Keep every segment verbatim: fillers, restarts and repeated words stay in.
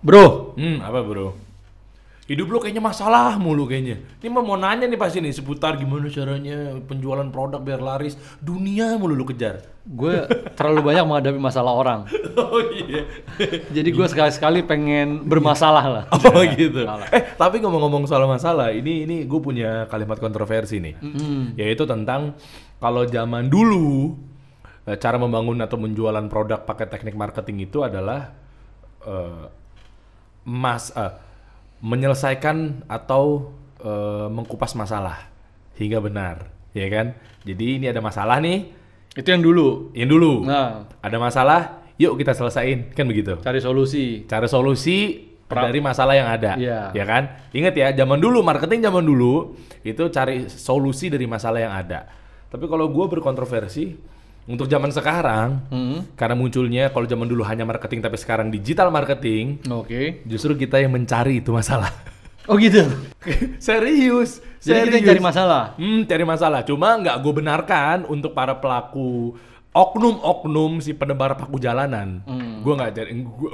Bro, Hmm, apa bro? Hidup lo kayaknya masalah mulu kayaknya. Ini mah mau nanya nih pasti nih seputar gimana caranya penjualan produk biar laris. Dunia mulu lo kejar. gue terlalu banyak menghadapi masalah orang. Oh iya. Jadi gue sekali-sekali pengen bermasalah lah. Oh gitu. Salah. Eh tapi ngomong-ngomong soal masalah, ini ini gue punya kalimat kontroversi nih, Hmm. yaitu tentang kalau zaman dulu eh, cara membangun atau menjualan produk pakai teknik marketing itu adalah eh, mas eh, menyelesaikan atau eh, mengkupas masalah hingga benar, ya kan? Jadi ini ada masalah nih, Itu yang dulu. yang dulu Nah, ada masalah, yuk kita selesain, kan begitu. cari solusi. Cari solusi Pra- dari masalah yang ada, Iya. ya kan? Ingat ya, zaman dulu marketing zaman dulu itu cari solusi dari masalah yang ada. Tapi kalau gue berkontroversi untuk zaman sekarang, Hmm. karena munculnya kalau zaman dulu hanya marketing tapi sekarang digital marketing, Oke. justru kita yang mencari itu masalah. Oh gitu. Serius, Jadi kita serius. cari masalah. Hmm, cari masalah. Cuma nggak gue benarkan untuk para pelaku oknum-oknum si penebar paku jalanan. Hmm. Gue nggak cari,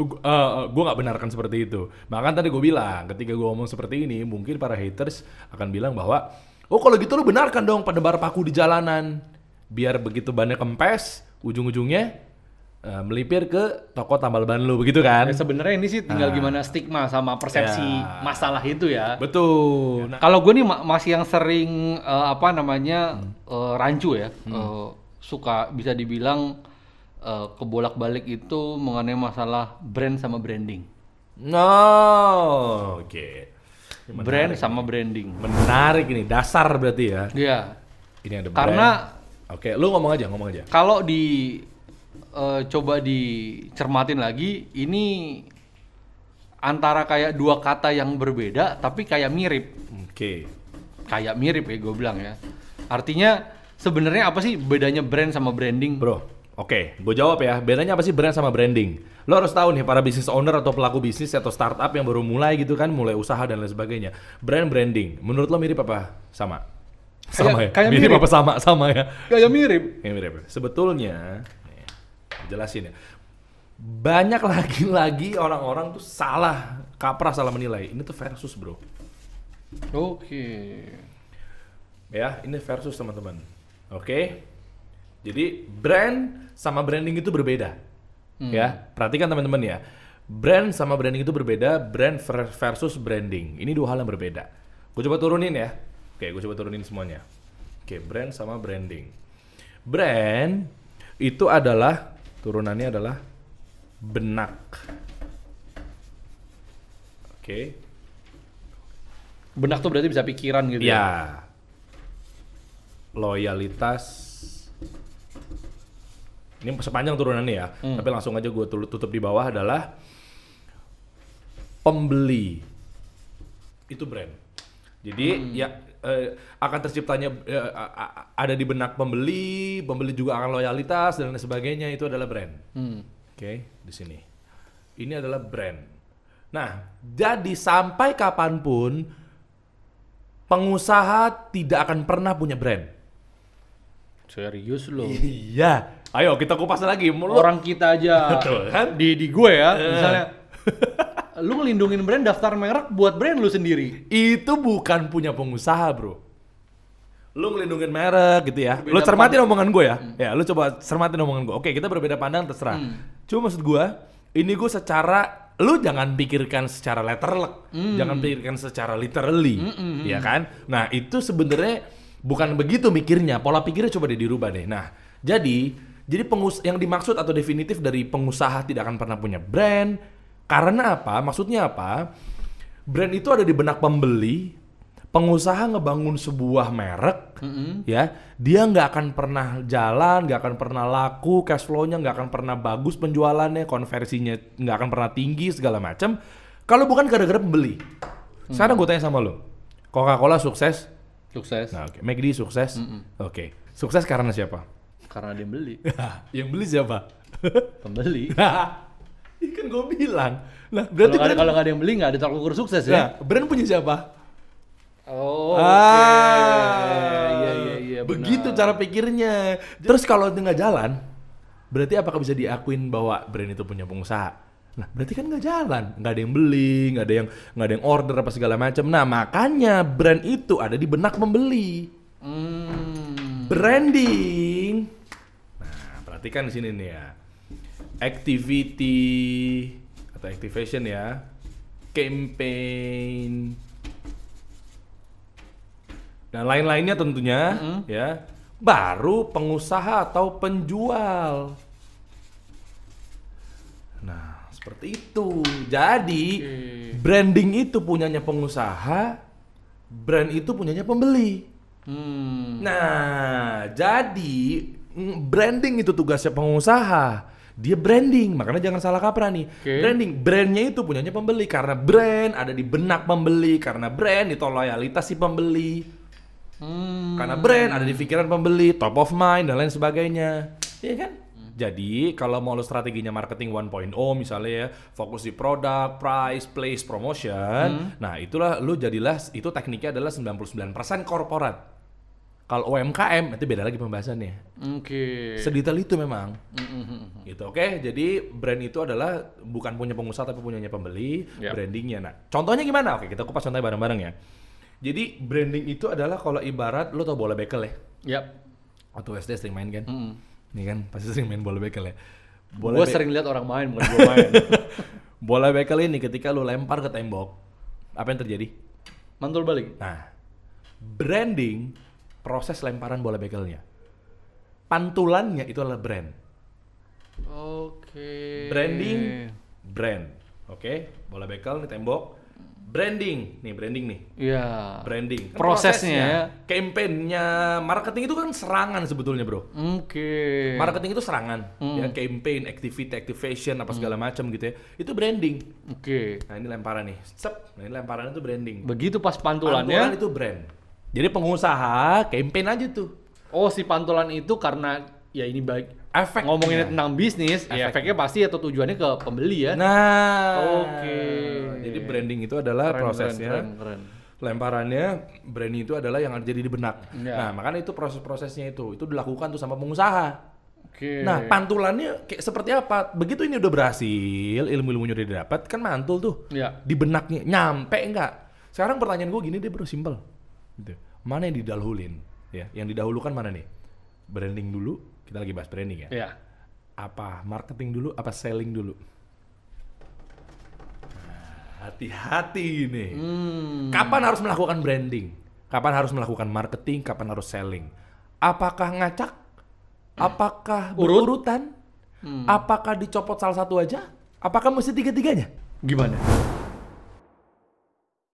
gue nggak benarkan seperti itu. Bahkan tadi gue bilang, ketika gue ngomong seperti ini, mungkin para haters akan bilang bahwa, oh kalau gitu lu benarkan dong penebar paku di jalanan, biar begitu bannya kempes, ujung-ujungnya eh, melipir ke toko tambal ban lu, begitu kan? Ya, sebenarnya ini sih tinggal Ah. gimana stigma sama persepsi Ya. masalah itu ya. Betul. Nah, Kalau gue nih ma- masih yang sering eh, apa namanya Hmm. eh, rancu ya, eh, suka bisa dibilang eh, kebolak-balik itu mengenai masalah brand sama branding. no, oke. Ini Brand menarik. sama branding. Menarik ini, dasar berarti ya. Iya. Ini ada brand. Karena Oke, lu ngomong aja, ngomong aja. kalau di eh, coba dicermatin lagi, ini antara kayak dua kata yang berbeda tapi kayak mirip. Oke. Kayak mirip ya gue bilang ya. Artinya sebenarnya apa sih bedanya brand sama branding? Bro, oke, gue jawab ya. Bedanya apa sih brand sama branding? Lo harus tahu nih para business owner atau pelaku bisnis atau startup yang baru mulai gitu kan, mulai usaha dan lain sebagainya. Brand branding, menurut lo mirip apa? Sama? Sama Kayak- ya? kayak mirip, mirip. apa sama? Sama ya? Kayak mirip. Kayak mirip. Sebetulnya, nih, jelasin ya. Banyak lagi-lagi orang-orang tuh salah, kaprah salah menilai. Ini tuh versus bro. Oke. Ya, ini versus teman-teman. Oke. Jadi brand sama branding itu berbeda. Ya, perhatikan teman-teman ya. Brand sama branding itu berbeda, brand ver- versus branding. Ini dua hal yang berbeda. Gue coba turunin ya. Oke, gue coba turunin semuanya. Oke, brand sama branding. Brand itu adalah turunannya adalah benak. Oke. Benak tuh berarti bisa pikiran gitu ya. Ya. Loyalitas. Ini sepanjang turunannya ya. Hmm. Tapi langsung aja gue tutup di bawah adalah pembeli. Itu brand. Jadi ya eh, akan terciptanya eh, a- a- ada di benak pembeli, pembeli juga akan loyalitas dan lain sebagainya, itu adalah brand. Hmm. Oke, di sini. Ini adalah brand. Nah, jadi sampai kapanpun pengusaha tidak akan pernah punya brand. Serius loh. Iya. Ayo kita kupas lagi. Lu- Orang kita aja Betul, kan? di di gue ya, Eh. misalnya lu ngelindungin brand, daftar merek buat brand lu sendiri. Itu bukan punya pengusaha, bro. Lu ngelindungin merek gitu ya. Beda Lu cermatin pan- omongan gue ya. Ya, lu coba cermatin omongan gue. Oke, kita berbeda pandang terserah. Hmm. Cuma maksud gue, ini gue secara lu jangan pikirkan secara letterlek, jangan pikirkan secara literally, ya kan? Nah, itu sebenarnya bukan begitu mikirnya. Pola pikirnya coba deh dirubah deh. Nah, jadi jadi pengus yang dimaksud atau definitif dari pengusaha tidak akan pernah punya brand. Karena apa? Maksudnya apa? Brand itu ada di benak pembeli. Pengusaha ngebangun sebuah merek, ya, dia nggak akan pernah jalan, nggak akan pernah laku, cash flow-nya nggak akan pernah bagus, penjualannya, konversinya nggak akan pernah tinggi segala macam. Kalau bukan gara-gara pembeli. Sekarang gue tanya sama lo, Coca-Cola sukses? Sukses. Nah, oke. McD sukses? Oke. Sukses karena siapa? Karena dia beli. Yang beli siapa? Pembeli. Iya kan gue bilang. Nah, Kalau berarti nggak ada, brand, kalau nggak ada yang beli nggak ada tolak ukur sukses nah, ya. brand punya siapa? Oh, Ah, Iya iya iya. begitu benar. cara pikirnya. Terus kalau itu nggak jalan, berarti apakah bisa diakuin bahwa brand itu punya pengusaha? Nah, berarti kan nggak jalan, nggak ada yang beli, nggak ada yang nggak ada yang order apa segala macam. Nah, makanya brand itu ada di benak pembeli. Hmm. Branding. Nah, perhatikan di sini nih ya. Activity atau activation ya. Campaign. Dan lain-lainnya tentunya Mm-hmm. ya. Baru pengusaha atau penjual. Nah, seperti itu. Jadi, Okay. branding itu punyanya pengusaha, brand itu punyanya pembeli. Hmm. Nah, jadi mm, branding itu tugasnya pengusaha. Dia branding, makanya jangan salah kaprah nih. Oke. Branding, brandnya itu punyanya pembeli karena brand ada di benak pembeli, karena brand itu loyalitas si pembeli, Hmm. karena brand ada di pikiran pembeli, top of mind dan lain sebagainya. Iya kan? Jadi kalau mau lo strateginya marketing one point oh misalnya ya, fokus di produk, price, place, promotion. Nah, itulah lo jadilah itu tekniknya adalah sembilan puluh sembilan persen corporate. Kalau U M K M itu beda lagi pembahasannya. Oke. Sedetail itu memang. Mm-mm. Gitu, oke. Jadi brand itu adalah bukan punya pengusaha tapi punyanya pembeli, Yap. brandingnya. Nah, contohnya gimana? Oke, kita kupas contohnya bareng-bareng ya. Jadi branding itu adalah kalau ibarat lo tau bola bekel ya. Yap. Waktu S D sering main kan? Mm-mm. Nih kan pasti sering main bola bekel ya. Gue be- sering lihat orang main, bukan gue main. Bola bekel ini ketika lo lempar ke tembok, apa yang terjadi? Mantul balik. Nah, branding proses lemparan bola bekelnya. Pantulannya itu adalah brand. Oke. Branding, brand. Oke, bola bekel nih tembok. Branding, nih branding nih. Iya. Branding. Kan Prosesnya ya. Campaign-nya, marketing itu kan serangan sebetulnya, Bro. Oke. Marketing itu serangan, Hmm. ya campaign, activity, activation apa segala macam gitu ya. Itu branding. Oke. Nah, ini lemparan nih. Sep, nah ini lemparan itu branding. Begitu pas Pantulan pantulannya. itu brand. Jadi pengusaha campaign aja tuh. Oh, si pantulan itu karena ya ini baik Efek ngomongin tentang bisnis, ya Efeknya. efeknya pasti atau tujuannya ke pembeli ya. Nah, Oke. Jadi branding itu adalah Keren, prosesnya. keren, keren, keren. Lemparannya branding itu adalah yang jadi di benak. Ya. Nah, makanya itu proses-prosesnya itu itu dilakukan tuh sama pengusaha. Oke. Nah, pantulannya kayak seperti apa? Begitu ini udah berhasil, ilmu-ilmunya udah didapat, kan mantul tuh. Ya. Di benaknya nyampe enggak? Sekarang pertanyaan gue gini deh, Bro, simple. Gitu. Mana yang didahuluin? Ya, yang didahulukan mana nih? Branding dulu, kita lagi bahas branding ya. Ya. Apa marketing dulu, apa selling dulu? Nah, hati-hati nih. Hmm. Kapan harus melakukan branding? Kapan harus melakukan marketing? Kapan harus selling? Apakah ngacak? Apakah Urut? berurutan? Hmm. Apakah dicopot salah satu aja? Apakah mesti tiga-tiganya? Gimana?